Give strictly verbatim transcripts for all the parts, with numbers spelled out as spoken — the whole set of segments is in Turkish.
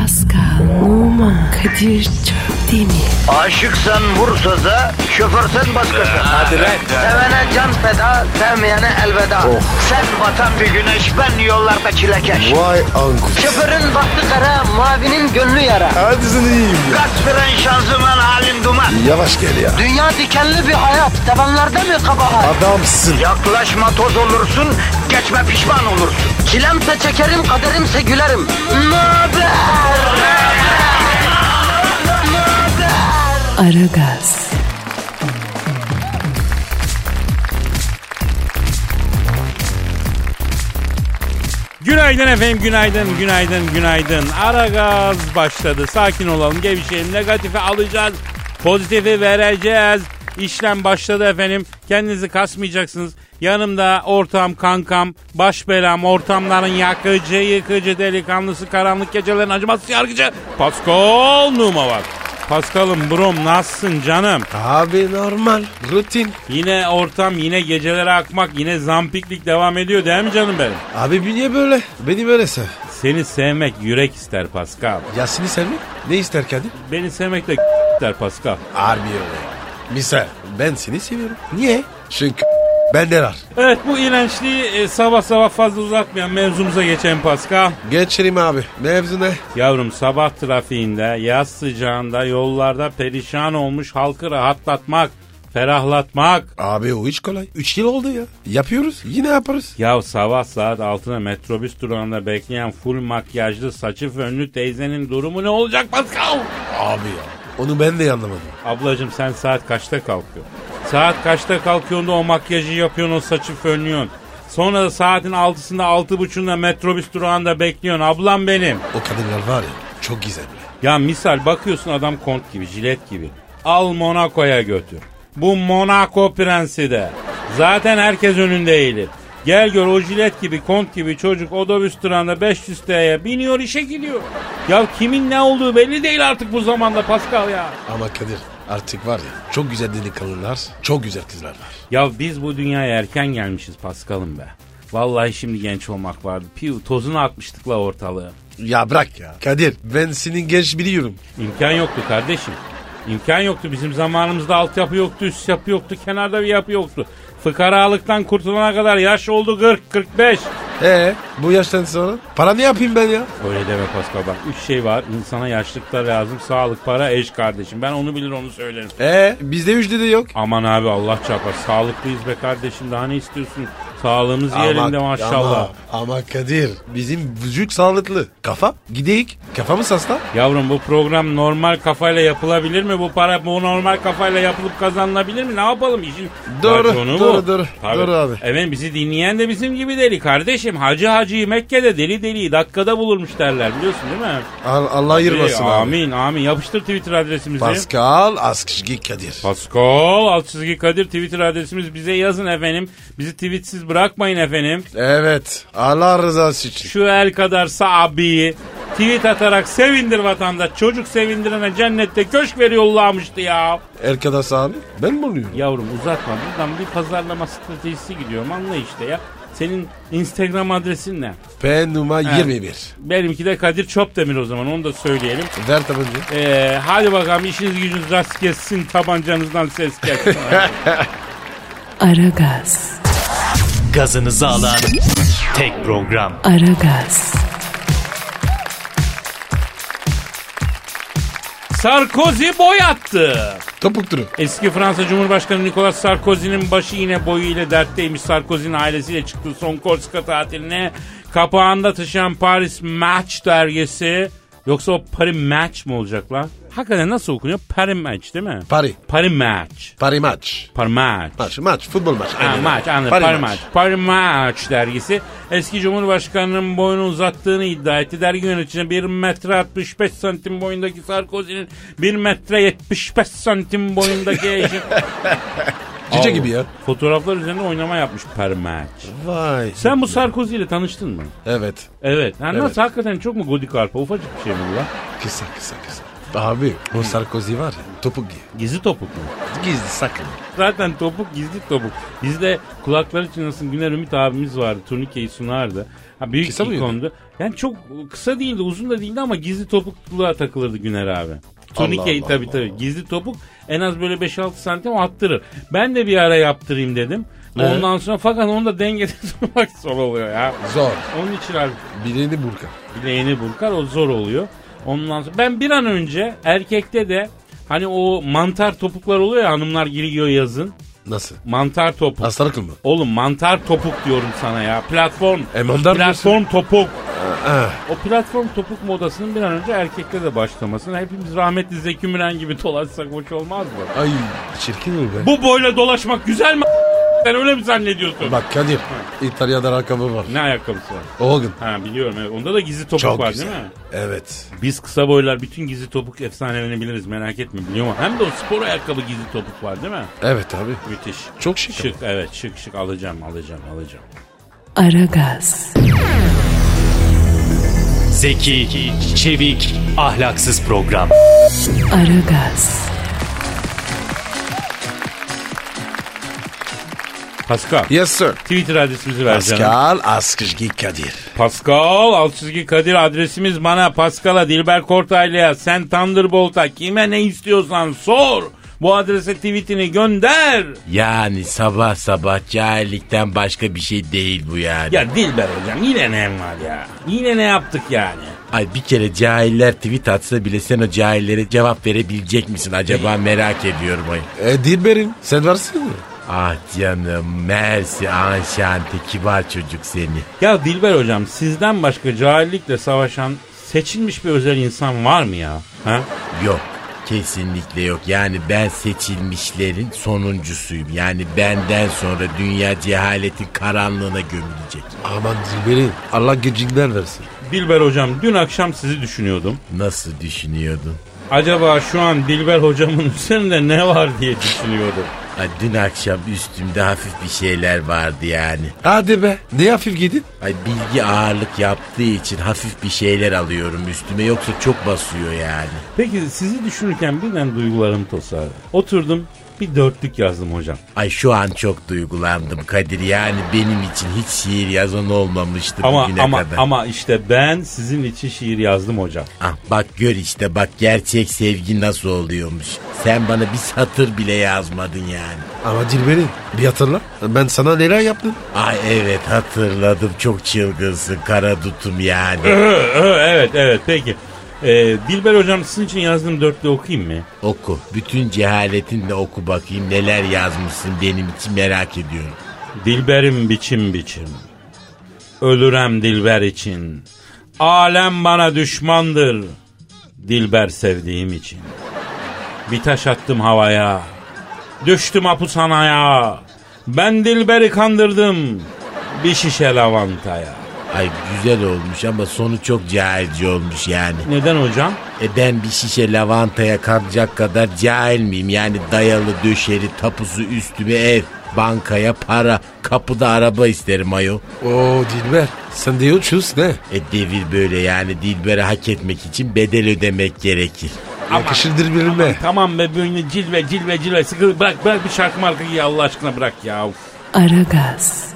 Pascal, Oman, Kadir çok değil mi? Aşıksan vursa da, şoförsen başkasın. Hadi lan. Sevene can feda, sevmeyene elveda. Sen batan bir güneş, ben yollarda çilekeş. Vay anku. Şoförün baktı kara, mavinin gönlü yara. Hadi sen iyiyim ya. Kasperen şanzıman halin duman. Yavaş gel ya. Dünya dikenli bir hayat, sevenlerde mi kabahar? Adamsın. Yaklaşma toz olursun, geçme pişman olursun. Çilemse çekerim, kaderimse gülerim. Möber! Aragaz. Günaydın efendim, günaydın, günaydın, günaydın. Aragaz başladı. Sakin olalım, gevşeyelim. Negatifi alacağız, pozitifi vereceğiz. İşlem başladı efendim. Kendinizi kasmayacaksınız. Yanımda ortam, kankam, baş belam, ortamların yakıcı, yıkıcı, delikanlısı, karanlık gecelerin acımasız yargıcı Pascal Numa var. Pascal'ım brom, nasılsın canım? Abi normal, rutin. Yine ortam, yine gecelere akmak, yine zampiklik devam ediyor değil mi canım benim? Abi niye böyle? Beni böyle sev. Seni sevmek yürek ister Pascal. Ya seni sevmek ne ister Kadir? Beni sevmek de ister Pascal. Harbi öyle. Misal ben seni seviyorum. Niye? Çünkü benden var. Evet, bu iğrençliği e, sabah sabah fazla uzatmayan mevzumuza geçelim Pascal. Geçelim abi. Mevzu ne? Yavrum, sabah trafiğinde, yaz sıcağında, yollarda perişan olmuş halkı rahatlatmak, ferahlatmak. Abi o hiç kolay. Üç yıl oldu ya. Yapıyoruz. Yine yaparız. Ya sabah saat altıda metrobüs durağında bekleyen full makyajlı, saçı fönlü teyzenin durumu ne olacak Pascal? Abi ya. Onu ben de anlamadım. Ablacığım, sen saat kaçta kalkıyorsun? Saat kaçta kalkıyorsun da o makyajı yapıyorsun, o saçı fönlüyorsun. Sonra da saatin altısında, altı buçuğunda metrobüs durağında bekliyorsun. Ablam benim. O kadınlar var ya, çok gizemli. Ya misal bakıyorsun, adam kont gibi, jilet gibi. Al Monaco'ya götür. Bu Monaco prensi de. Zaten herkes önünde eğilir. Gel gör, o jilet gibi, kont gibi çocuk otobüs durağında beş yüz liraya biniyor, işe gidiyor. Ya kimin ne olduğu belli değil artık bu zamanda Pascal ya. Ama Kadir, artık var ya, çok güzel delikanlılar, çok güzel kızlar var. Ya biz bu dünyaya erken gelmişiz Pascal'ım be. Vallahi şimdi genç olmak vardı. Piu, tozunu atmıştık la ortalığı. Ya bırak ya. Kadir, ben senin genç biliyorum. İmkan yoktu kardeşim. İmkan yoktu. Bizim zamanımızda altyapı yoktu, üst yapı yoktu, kenarda bir yapı yoktu. Fıkaralıktan kurtulana kadar yaş oldu kırk kırk beş. Ee, bu yaştan sonra para ne yapayım ben ya? Öyle deme Pascal, bak üç şey var. İnsana yaşlıkta lazım: sağlık, para, eş kardeşim. Ben onu bilir onu söylerim. Ee, bizde üçlü de yok. Aman abi, Allah çarpar. Sağlıklıyız be kardeşim, daha ne istiyorsun? Sağlığımız yerinde maşallah. Ama, ama Kadir, bizim vücut sağlıklı. Kafa gideyik. Kafamız hasta. Yavrum, bu program normal kafayla yapılabilir mi? Bu para bu normal kafayla yapılıp kazanılabilir mi? Ne yapalım, işin doğru, raconu doğru, bu. doğru, Tabii. doğru abi. Evet, bizi dinleyen de bizim gibi deli kardeşim. Hacı hacıyı Mekke'de deli deliyi dakikada bulurmuş derler, biliyorsun değil mi? Allah ayırmasın abi. Amin amin. Yapıştır Twitter adresimizi. Pascal Askışgi Kadir. Pascal Askışgi Kadir Twitter adresimiz. Bize yazın efendim. Bizi tweetsiz bırakmayın efendim. Evet, Allah rızası için. Şu el kadar sahabiyi tweet atarak sevindir vatandaş. Çocuk sevindirene cennette köşk veriyorlarmıştı ya. El kadar sahabi ben mi oluyorum? Yavrum uzatma, buradan bir pazarlama stratejisi gidiyorum, anla işte ya. Senin Instagram adresin ne? P numara yirmi bir. Benimki de Kadir Çopdemir, o zaman onu da söyleyelim. Ver tabanca. Ee, hadi bakalım, işiniz gücünüz rast kessin, tabancanızdan ses gelsin. Aragaz. Gazınızı alan tek program. Aragaz. Sarkozy boy attı. Topuk turu. Eski Fransa Cumhurbaşkanı Nicolas Sarkozy'nin başı yine boyu ile dertteymiş. Sarkozy'nin ailesiyle çıktığı son Korsika tatiline kapağında taşıyan Paris Match dergisi. Yoksa o Paris Match mi olacak lan? Hakikaten nasıl okunuyor? Paris Match değil mi? Paris. Paris Match. Paris Match. Paris Match. Maç, maç, futbol maç. Ha, maç, anladım. Paris, Paris maç. Match. Paris Match dergisi eski Cumhurbaşkanı'nın boyunu uzattığını iddia etti. Dergi yöneticisine bir metre altmış beş santim boyundaki Sarkozy'nin bir metre yetmiş beş santim boyundaki eşi. Cüce gibi ya. Fotoğraflar üzerinde oynama yapmış Paris Match. Vay. Sen bu Sarkozy ile tanıştın mı? Evet. Evet. Ha, Evet. nasıl, hakikaten çok mu godik arpa? Ufacık bir şey mi bu lan? Kısa kısa kısa. Abi o Sarkozy var ya, topuk giy. Gizli topuk mu? Gizli sakın. Zaten topuk gizli topuk. Bizde kulakları çınlasın Güner Ümit abimiz vardı. Turnikeyi sunardı. Ha, büyük Kısa mıydı? ikondu. Yani çok kısa değildi, uzun da değildi ama gizli topukluğa takılırdı Güner abi. Turnikeyi tabii tabii. Gizli topuk en az böyle beş altı santim attırır. Ben de bir ara yaptırayım dedim. Evet. Ondan sonra fakat onu da dengede tutmak zor oluyor ya. Zor. Onun için abi. Bileğini burkar. Bileğini burkar, o zor oluyor. Ondan sonra ben bir an önce erkekte de hani o mantar topuklar oluyor ya, hanımlar giriyor yazın. Nasıl? Mantar topuk. Hastalık mı? Oğlum mantar topuk diyorum sana ya. Platform. E, mandar platform diyorsun. topuk. Ee. O platform topuk modasının bir an önce erkekte de başlamasın. Hepimiz rahmetli Zeki Müren gibi dolaşsak hoş olmaz mı? Ay çirkin olur be. Bu boyla dolaşmak güzel mi? Sen öyle mi zannediyorsun? Bak Kadir, İtalya'da ayakkabı var. Ne ayakkabısı var? Hogan. Ha biliyorum evet. Onda da gizli topuk Çok var güzel. değil mi? Evet. Biz kısa boylar bütün gizli topuk efsanelerini biliriz, merak etme, biliyor musun? Hem de o spor ayakkabı gizli topuk var değil mi? Evet abi. Müthiş. Çok şık. Şık evet, şık şık alacağım alacağım alacağım. Aragaz, Zeki, çevik, ahlaksız program. Aragaz, Pascal. Yes sir. Twitter adresimizi ver canım. Pascal Askışgi Kadir. Pascal Altçizgi Kadir adresimiz, bana Pascal'a, Dilber Kortaylı'ya, sen Thunderbolt'a, kime ne istiyorsan sor. Bu adrese tweetini gönder. Yani sabah sabah cahillikten başka bir şey değil bu yani. Ya Dilber hocam yine ne var ya? Yine ne yaptık yani? Ay bir kere cahiller tweet atsa bile sen o cahillere cevap verebilecek misin acaba, merak ediyorum ay. E Dilber'im sen varsın mı? Ah canım, mersi, anşante, kibar çocuk seni. Ya Dilber hocam, sizden başka cahillikle savaşan seçilmiş bir özel insan var mı ya? Ha? Yok, kesinlikle yok. Yani ben seçilmişlerin sonuncusuyum. Yani benden sonra dünya cehaletin karanlığına gömülecek. Aman Dilber'im, Allah gecinden versin. Dilber hocam, dün akşam sizi düşünüyordum. Nasıl düşünüyordun? Acaba şu an Dilber hocamın üzerinde ne var diye düşünüyordum. Ay, dün akşam üstümde hafif bir şeyler vardı yani. Hadi be, ne hafif giydin? Ay, bilgi ağırlık yaptığı için hafif bir şeyler alıyorum üstüme, yoksa çok basıyor yani. Peki sizi düşünürken birden duygularım tosardı. Oturdum, bir dörtlük yazdım hocam. Ay şu an çok duygulandım Kadir, yani benim için hiç şiir yazan olmamıştı ama, bugüne ama, kadar. Ama işte ben sizin için şiir yazdım hocam. Ah bak gör işte, bak gerçek sevgi nasıl oluyormuş. Sen bana bir satır bile yazmadın yani. Ama Dilber'im bir hatırla, ben sana neler yaptım? Ay evet hatırladım, çok çılgınsın kara dutum yani. Evet evet peki. Ee, Dilber hocam, sizin için yazdığım dörtlü okuyayım mı? Oku, bütün cehaletinle oku bakayım, neler yazmışsın, benim için merak ediyorum. Dilberim biçim biçim, ölürem Dilber için. Alem bana düşmandır, Dilber sevdiğim için. Bir taş attım havaya, düştüm hapishanaya. Ben Dilber'i kandırdım, bir şişe lavantaya. Ay güzel olmuş ama sonu çok cahilce olmuş yani. Neden hocam? E ben bir şişe lavantaya kalacak kadar cahil miyim? Yani dayalı döşeli, tapusu üstüme ev, bankaya para, kapıda araba isterim ayol. Oo Dilber, sen de uçuz ne? E devir böyle yani, Dilber'i hak etmek için bedel ödemek gerekir. Yakışır Dilber'ime. Tamam be, böyle cilve cilve cilve sıkı, bırak bırak bir şarkı marka ya, Allah aşkına bırak ya. Aragaz,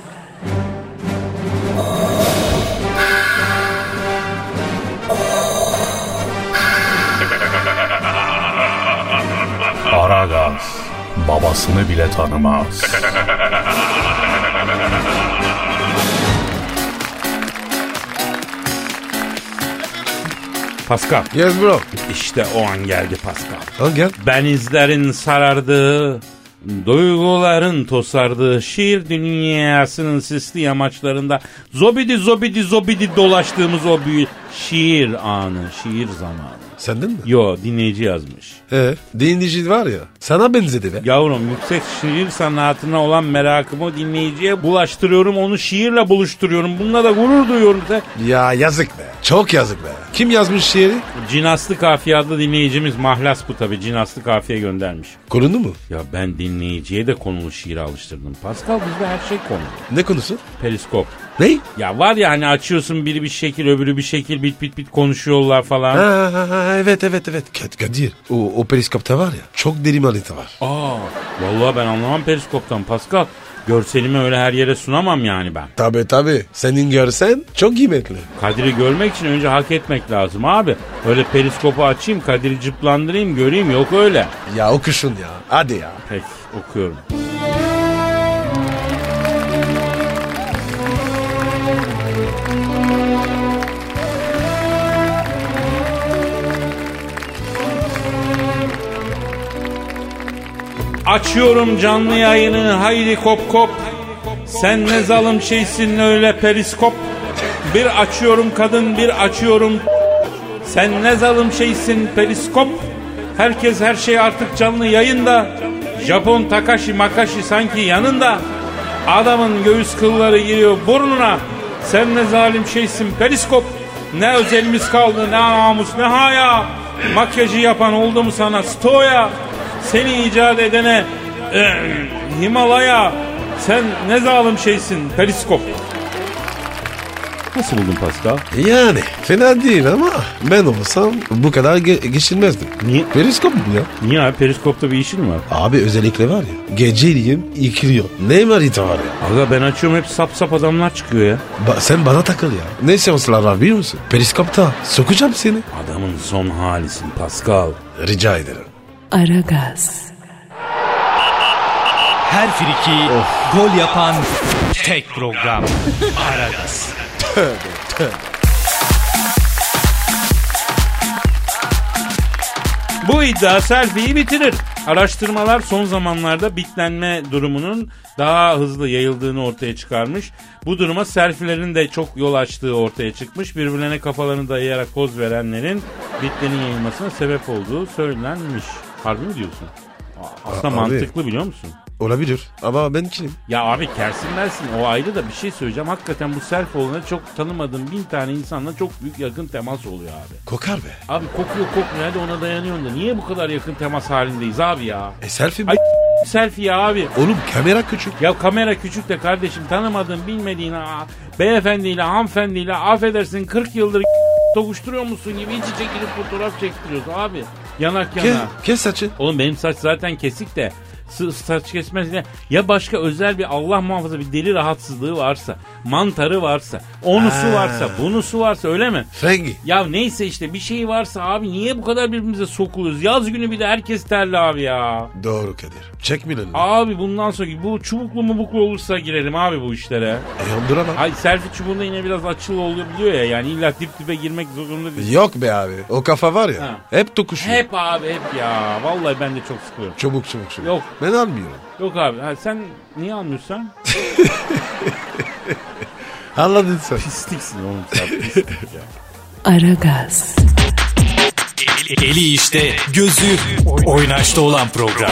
Aragaz babasını bile tanımaz. Pascal. Yes bro. İşte o an geldi Pascal. Al gel. Benizlerin sarardığı, duyguların tosardığı şiir dünyasının sisli yamaçlarında zobidi zobidi zobidi dolaştığımız o büyük şiir anı, şiir zamanı. Sendin mi? Yo, dinleyici yazmış. Ee, dinleyici var ya, sana benzedi be. Yavrum, yüksek şiir sanatına olan merakımı dinleyiciye bulaştırıyorum, onu şiirle buluşturuyorum. Bununla da gurur duyuyorum. Sen. Ya yazık be. Çok yazık be. Kim yazmış şiiri? Cinaslı Kafiye adlı dinleyicimiz, mahlas bu tabii, Cinaslı Kafiye göndermiş. Konunu mu? Ya ben dinleyiciye de konulu şiire alıştırdım. Pascal, bizde her şey konu. Ne konusu? Periskop. Ne? Ya var ya hani, açıyorsun biri bir şekil öbürü bir şekil, bit bit bit konuşuyorlar falan. Ha, ha, ha, evet evet evet. Kadir, o, o periskopta var ya, çok derin harita var. Aa, vallahi ben anlamam periskoptan Pascal. görselimi öyle her yere sunamam yani ben. Tabii tabii. Senin görsen çok kıymetli. Kadir'i görmek için önce hak etmek lazım abi. Öyle periskopu açayım, Kadir'i cıplandırayım, göreyim, yok öyle. Ya okuşun ya. Hadi ya. Peki, okuyorum. Açıyorum canlı yayını, haydi kop kop. Sen ne zalim şeysin öyle periskop. Bir açıyorum kadın, bir açıyorum. Sen ne zalim şeysin periskop. Herkes her şey artık canlı yayında. Japon Takashi Makashi sanki yanında. Adamın göğüs kılları giriyor burnuna. Sen ne zalim şeysin periskop. Ne özelimiz kaldı, ne namus, ne haya. Makyajı yapan oldu mu sana stoya. Seni icat edene e, Himalaya. Sen ne zalim şeysin periskop. Nasıl buldun Pascal? Yani fena değil ama ben olsam bu kadar ge- geçilmezdim. Niye? Periskop mu ya? Niye abi, periskopta bir işin var? Abi özellikle var ya, geceliğim yıkılıyor. Ne harita var ya? Aga ben açıyorum, hep sap sap adamlar çıkıyor ya. Ba- sen bana takıl ya. Ne seanslar var biliyor musun? Periskopta sokacağım seni. Adamın son halisin Pascal. Rica ederim. Aragaz, Her friki gol yapan tek program. Aragaz. Bu iddia selfie'yi bitirir. Araştırmalar son zamanlarda bitlenme durumunun daha hızlı yayıldığını ortaya çıkarmış. Bu duruma selfie'lerin de çok yol açtığı ortaya çıkmış. Birbirlerine kafalarını dayayarak poz verenlerin bitlenin yayılmasına sebep olduğu söylenmiş. Harbi mi diyorsun? Aslında Abi. mantıklı, biliyor musun? Olabilir ama ben kimim? Ya abi kersinlersin, o ayrı da bir şey söyleyeceğim. Hakikaten bu selfie olanı çok tanımadığım bin tane insanla çok büyük yakın temas oluyor abi. Kokar be. Abi kokuyor kokmuyor, hadi ona dayanıyorsun da niye bu kadar yakın temas halindeyiz abi ya? E selfie mi? Ay selfie ya abi. Oğlum kamera küçük. Ya kamera küçük de kardeşim, tanımadığın bilmediğin aa, beyefendiyle hanımefendiyle affedersin kırk yıldır tokuşturuyor musun gibi iç içe girip fotoğraf çektiriyorsun abi. Yanak yana. Kes, kes saçın. Oğlum benim saç zaten kesik de s- saç kesmesine ya başka özel bir Allah muhafaza bir deli rahatsızlığı varsa, mantarı varsa, onusu Ha. varsa, bunusu varsa, öyle mi? Frengi. Ya neyse işte bir şey varsa abi, niye bu kadar birbirimize sokuluyoruz? Yaz günü bir de herkes terli abi ya. Doğru Kadir. Çek mi lan? Abi bundan sonra bu çubuklu mu buklu olursa girelim abi bu işlere. E yandıramam. Ay selfie çubuğunda yine biraz açılı oluyor biliyor ya, yani illa dip dibe girmek zorunda değil. Yok be abi. O kafa var ya. Ha. Hep tokuşuyor. Hep abi hep ya. Vallahi ben de çok sıkılıyorum. Çabuk çabuk çabuk. Yok. Ben almıyorum. Yok abi, ha, sen niye almıyorsun? Anladın sen. Pisliksin oğlum sen, pislik ya. Aragaz, Eli, eli işte, gözü oynaşta olan program.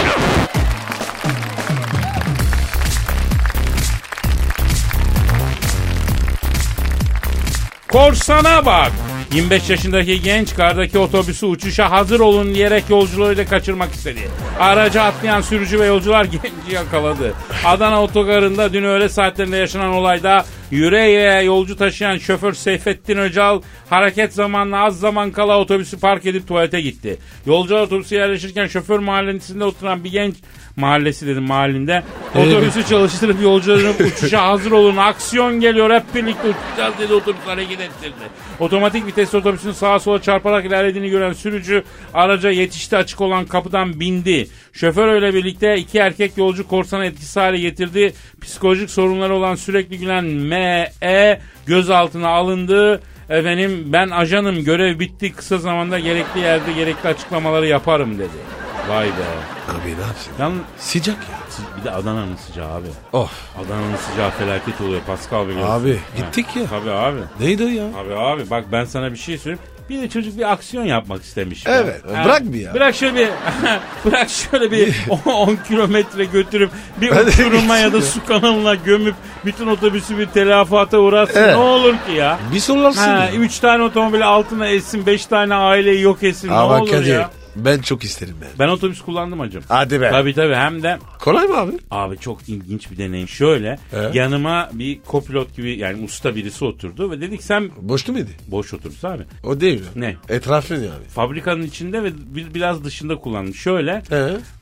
Korsana bak. yirmi beş yaşındaki genç kardaki otobüsü uçuşa hazır olun diyerek yolcuları kaçırmak istedi. Araca atlayan sürücü ve yolcular genci yakaladı. Adana otogarında dün öğle saatlerinde yaşanan olayda yüreğe yolcu taşıyan şoför Seyfettin Öcal hareket zamanla az zaman kala otobüsü park edip tuvalete gitti. Yolcular otobüsü yerleşirken şoför mahallesinde oturan bir genç, mahallesi dedim mahallinde, otobüsü çalıştırıp yolcuların uçuşa hazır olun, aksiyon geliyor, hep birlikte uçacağız dedi, otobüs hareket ettirdi. Otomatik vitesli otobüsün sağa sola çarparak ilerlediğini gören sürücü araca yetişti, açık olan kapıdan bindi. Şoför ile birlikte iki erkek yolcu korsanı etkisiz hale getirdi. Psikolojik sorunları olan sürekli gülen M E gözaltına alındı. Efendim ben ajanım, görev bitti, kısa zamanda gerekli yerde gerekli açıklamaları yaparım dedi. Vay be. Abi ne yapsın? Yan, Sıcak ya. bir de Adana'nın sıcağı abi. Of. Adana'nın sıcağı felaket oluyor Pascal biliyorsun. Abi gittik He, ya. Tabii abi. Neydi o ya? Abi abi bak ben sana bir şey söyleyeyim. Bir de çocuk bir aksiyon yapmak istemiş. Evet, Ya. bırak bir ya. Bırak şöyle bir bırak şöyle bir on kilometre götürüp bir Ben de uçuruma ya da gitsin su kanalına gömüp bütün otobüsü bir telafata uğratsın. Evet. Ne olur ki ya? Bir sorularsın Ha, ya. üç tane otomobili altına etsin, beş tane aileyi yok etsin. Ama ne olur Kadir, ya? ben çok isterim ben. Ben otobüs kullandım hacım. Hadi be. Tabii tabii, hem de Kolay mı abi? abi çok ilginç bir deneyim. Şöyle Evet. yanıma bir kopilot gibi, yani usta birisi oturdu ve dedik sen Boştu muydu? boş otobüs abi. O değil mi? Ne? Etrafın yani. Fabrikanın içinde ve bir, biraz dışında kullandım. Şöyle He.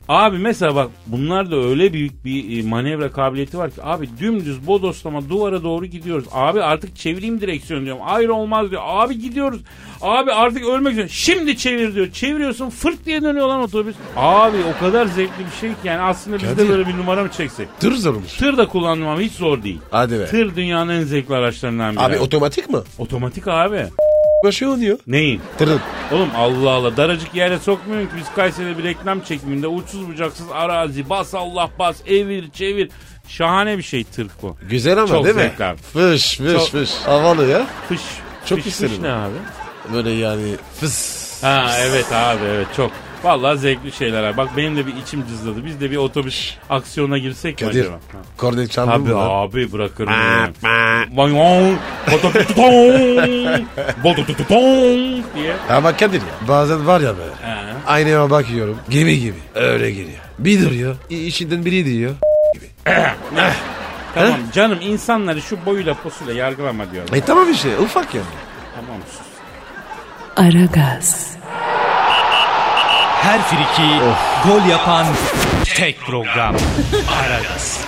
Abi mesela bak bunlar da öyle büyük bir manevra kabiliyeti var ki abi dümdüz bodoslama duvara doğru gidiyoruz. Abi artık çevireyim direksiyonu diyorum. Hayır olmaz diyor. Abi gidiyoruz. Abi artık ölmek üzere. Şimdi çevir diyor. Çeviriyorsun fırt diye dönüyor lan otobüs. Abi o kadar zevkli bir şey ki yani aslında biz de böyle bir numara mı çeksek? Tır zormuş. Tır da kullandım ama hiç zor değil. Hadi be. Tır dünyanın en zevkli araçlarından biri. Abi otomatik mi? Otomatik abi. Başı oluyor. Neyin? Tırın. Oğlum Allah Allah daracık yere sokmuyorsun ki biz Kayseri'de bir reklam çekiminde uçsuz bucaksız arazi bas Allah bas evir çevir. Şahane bir şey tır bu. Güzel ama Çok değil mi? zevkli abi. Fış fış Çok- fış. Havalı ya. Fış. Çok fış, isterim. fış ne abi? Böyle yani fıs. Ha evet abi evet çok. Vallahi zevkli şeyler abi. Bak benim de bir içim cızladı. Biz de bir otobüs aksiyona girsek mi Kadir. acaba? Ha. Kornet çaldın Tabii mı lan? abi bırakırım. Vayon, otobüs tutong diye. Ama Kadir ya bazen var ya böyle. He. Aynaya bakıyorum. Gibi gibi. Öyle giriyor. Bir duruyor. İ- İçinden biri diyor. Gibi. Tamam canım insanları şu boyuyla posuyla yargılama diyorum. E tamam bir şey. Ufak yani. Tamam sus. Aragaz, Her friki gol yapan tek program. Aragaz.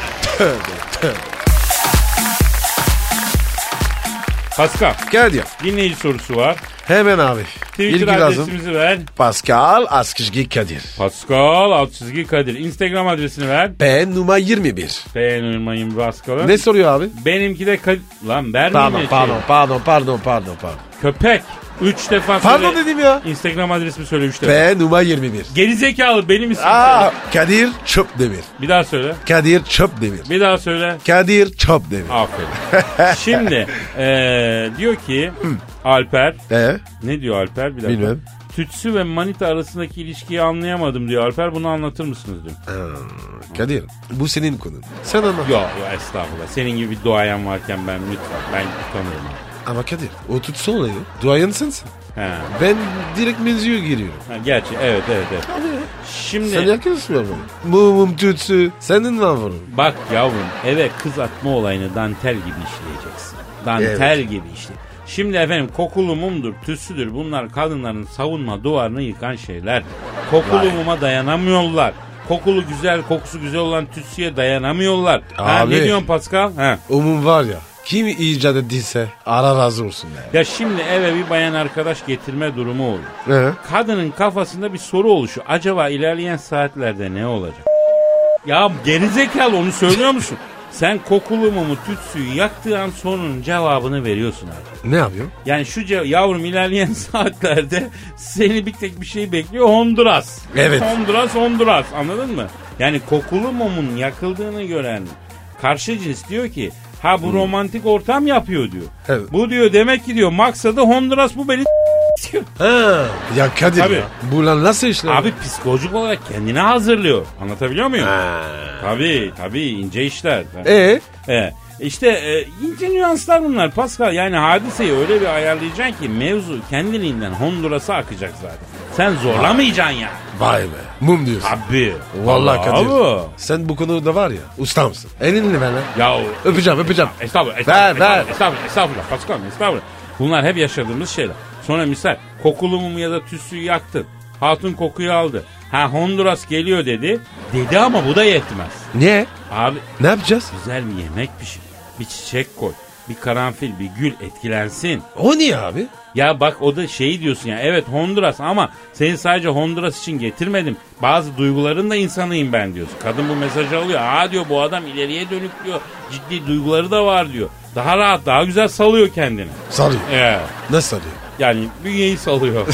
Pascal Gel ya. dinleyici sorusu var. Hemen abi. Twitter İlgi lazım. adresimizi ver. Pascal Askışgi Kadir. Pascal alt çizgi Kadir. Instagram adresini ver. P numara yirmi bir. Beğenilmeyin Pascal'ı. Ne soruyor abi? Benimki de Kadir. Lan vermeyin Pardon şey. pardon pardon pardon pardon pardon. Köpek. Üç defa Pardon söyle. dedim ya. Instagram adresimi söyle üç defa. P numara yirmi bir. Gerizekalı benim ismim. Aa, Kadir Çöpdemir. Bir daha söyle. Kadir Çöpdemir. Bir daha söyle. Kadir Çöpdemir. Aferin. Şimdi eee, diyor ki Alper. Ee? Ne diyor Alper? Bir dakika. Bilmem. Tütsü ve manita arasındaki ilişkiyi anlayamadım diyor Alper. Bunu anlatır mısınız diyor. Aa, Kadir bu senin konun. Sen anlat. Yok yok estağfurullah. Senin gibi bir duayen varken ben lütfen. Ben utanırım abi. Ama Kadir o tutsa olayı. Duayen sensin. He. Ben direkt mevzuya giriyorum. Ha, gerçi evet evet evet. Şimdi Sen yakıyorsun mu? Mumum tutsu. Senin var bunu. bak yavrum eve kız atma olayını dantel gibi işleyeceksin. Dantel gibi işte. Şimdi efendim kokulu mumdur, tütsüdür bunlar kadınların savunma duvarını yıkan şeyler. Kokulu Vay. muma dayanamıyorlar. Kokulu güzel, kokusu güzel olan tütsüye dayanamıyorlar. Ha, Abi. ne diyorsun Pascal? Ha. Umum var ya. Kim icat ettiyse ara razı olsun yani. Ya şimdi eve bir bayan arkadaş getirme durumu oluyor. Ne? Kadının kafasında bir soru oluşuyor. Acaba ilerleyen saatlerde ne olacak? Ya gerizekalı onu söylüyor musun? Sen kokulu mumu tütsüyü yaktığı an sorunun cevabını veriyorsun abi. Ne yapıyor? Yani şu cev- yavrum ilerleyen saatlerde seni bir tek bir şey bekliyor Honduras. Evet. Honduras Honduras anladın mı? Yani kokulu mumun yakıldığını gören karşı cins diyor ki ha bu romantik ortam yapıyor diyor. Evet. Bu diyor demek ki diyor maksadı Honduras bu beni diyor. Ha. Ya Kadir Tabii. ya. Bu lan nasıl işler? Abi psikolojik olarak kendini hazırlıyor. Anlatabiliyor muyum? Ha. Tabii tabii ince işler. Ee? Evet. İşte e, ince nüanslar bunlar Pascal. Yani hadiseyi öyle bir ayarlayacaksın ki mevzu kendiliğinden Honduras'a akacak zaten. Sen zorlamayacaksın yani. Vay be. Mum diyorsun. Tabii. Vallahi Kadir. Abi. Sen bu konuda var ya ustamsın. Elini ver lan. Ya Öpeceğim öpeceğim. estağfurullah, Ver, estağfurullah, ver. estağfurullah, estağfurullah, estağfurullah, Pascal, estağfurullah. Bunlar hep yaşadığımız şeyler. Sonra misal kokulu mumu ya da tütsüyü yaktın. Hatun kokuyu aldı. Ha Honduras geliyor dedi. Dedi ama bu da yetmez. Niye? Abi Ne yapacağız? güzel bir yemek pişir. Bir çiçek koy. Bir karanfil, bir gül etkilensin. O niye abi? Ya bak o da şey diyorsun ya. Evet Honduras ama seni sadece Honduras için getirmedim. Bazı duyguların da insanıyım ben diyorsun. Kadın bu mesajı alıyor. Aa diyor bu adam ileriye dönük diyor. Ciddi duyguları da var diyor. Daha rahat, daha güzel salıyor kendini. Sarıyor. Evet. Nasıl sarıyor? Yani bünyeyi salıyor.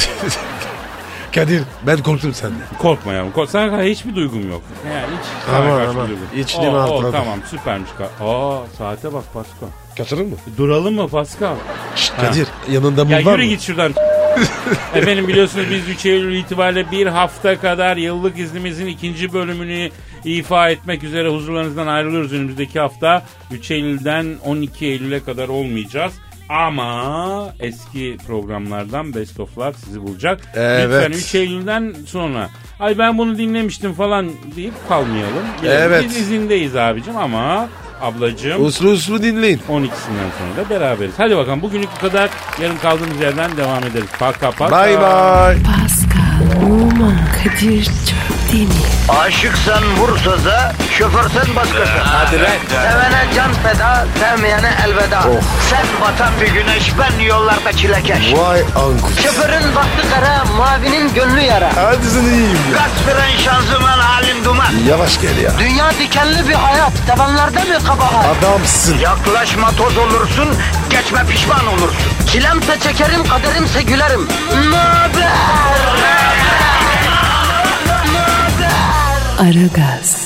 Kadir ben korktum senden. Korkma yavrum. Kork- sana hiçbir duygum yok. Yani hiç sana Aman, karşı aman. bir duygum. İçliğimi Oo, oo, artırdım. Tamam süpermiş. Aa saate bak Pascal. Kaçırır mı? Duralım mı Pascal? Şşt Kadir yanında mum Ya var yürü mı? git şuradan. Efendim biliyorsunuz biz üç Eylül itibariyle bir hafta kadar yıllık iznimizin ikinci bölümünü ifa etmek üzere huzurlarınızdan ayrılıyoruz önümüzdeki hafta. üç Eylül'den on iki Eylül'e kadar olmayacağız. Ama eski programlardan best of'lar sizi bulacak. Evet. Lütfen üç Eylül'den sonra ay ben bunu dinlemiştim falan deyip kalmayalım. Yani Evet. Biz izindeyiz abicim ama ablacığım Uslu uslu dinleyin. on ikisinden sonra da beraberiz. Hadi bakalım bugünlük bu kadar. Yarın kaldığımız yerden devam ederiz. Paka paka. Bye bye. Pascal, Oman, Kadir çok değil miyim? Aşıksan vursa da, şoförsen başkasın. Hadi lan. Sevene can feda, sevmeyene elveda. Sen batan bir güneş, ben yollarda çilekeş. Vay anku. Şoförün baktı kara, mavinin gönlü yara. Hadi sen iyiyim ya. Kasperen şanzıman halin duman. Yavaş gel ya. Dünya dikenli bir hayat, sevenlerde mi kabahar? Adamsın. Yaklaşma toz olursun, geçme pişman olursun. Çilemse çekerim, kaderimse gülerim. Möber! Aragaz.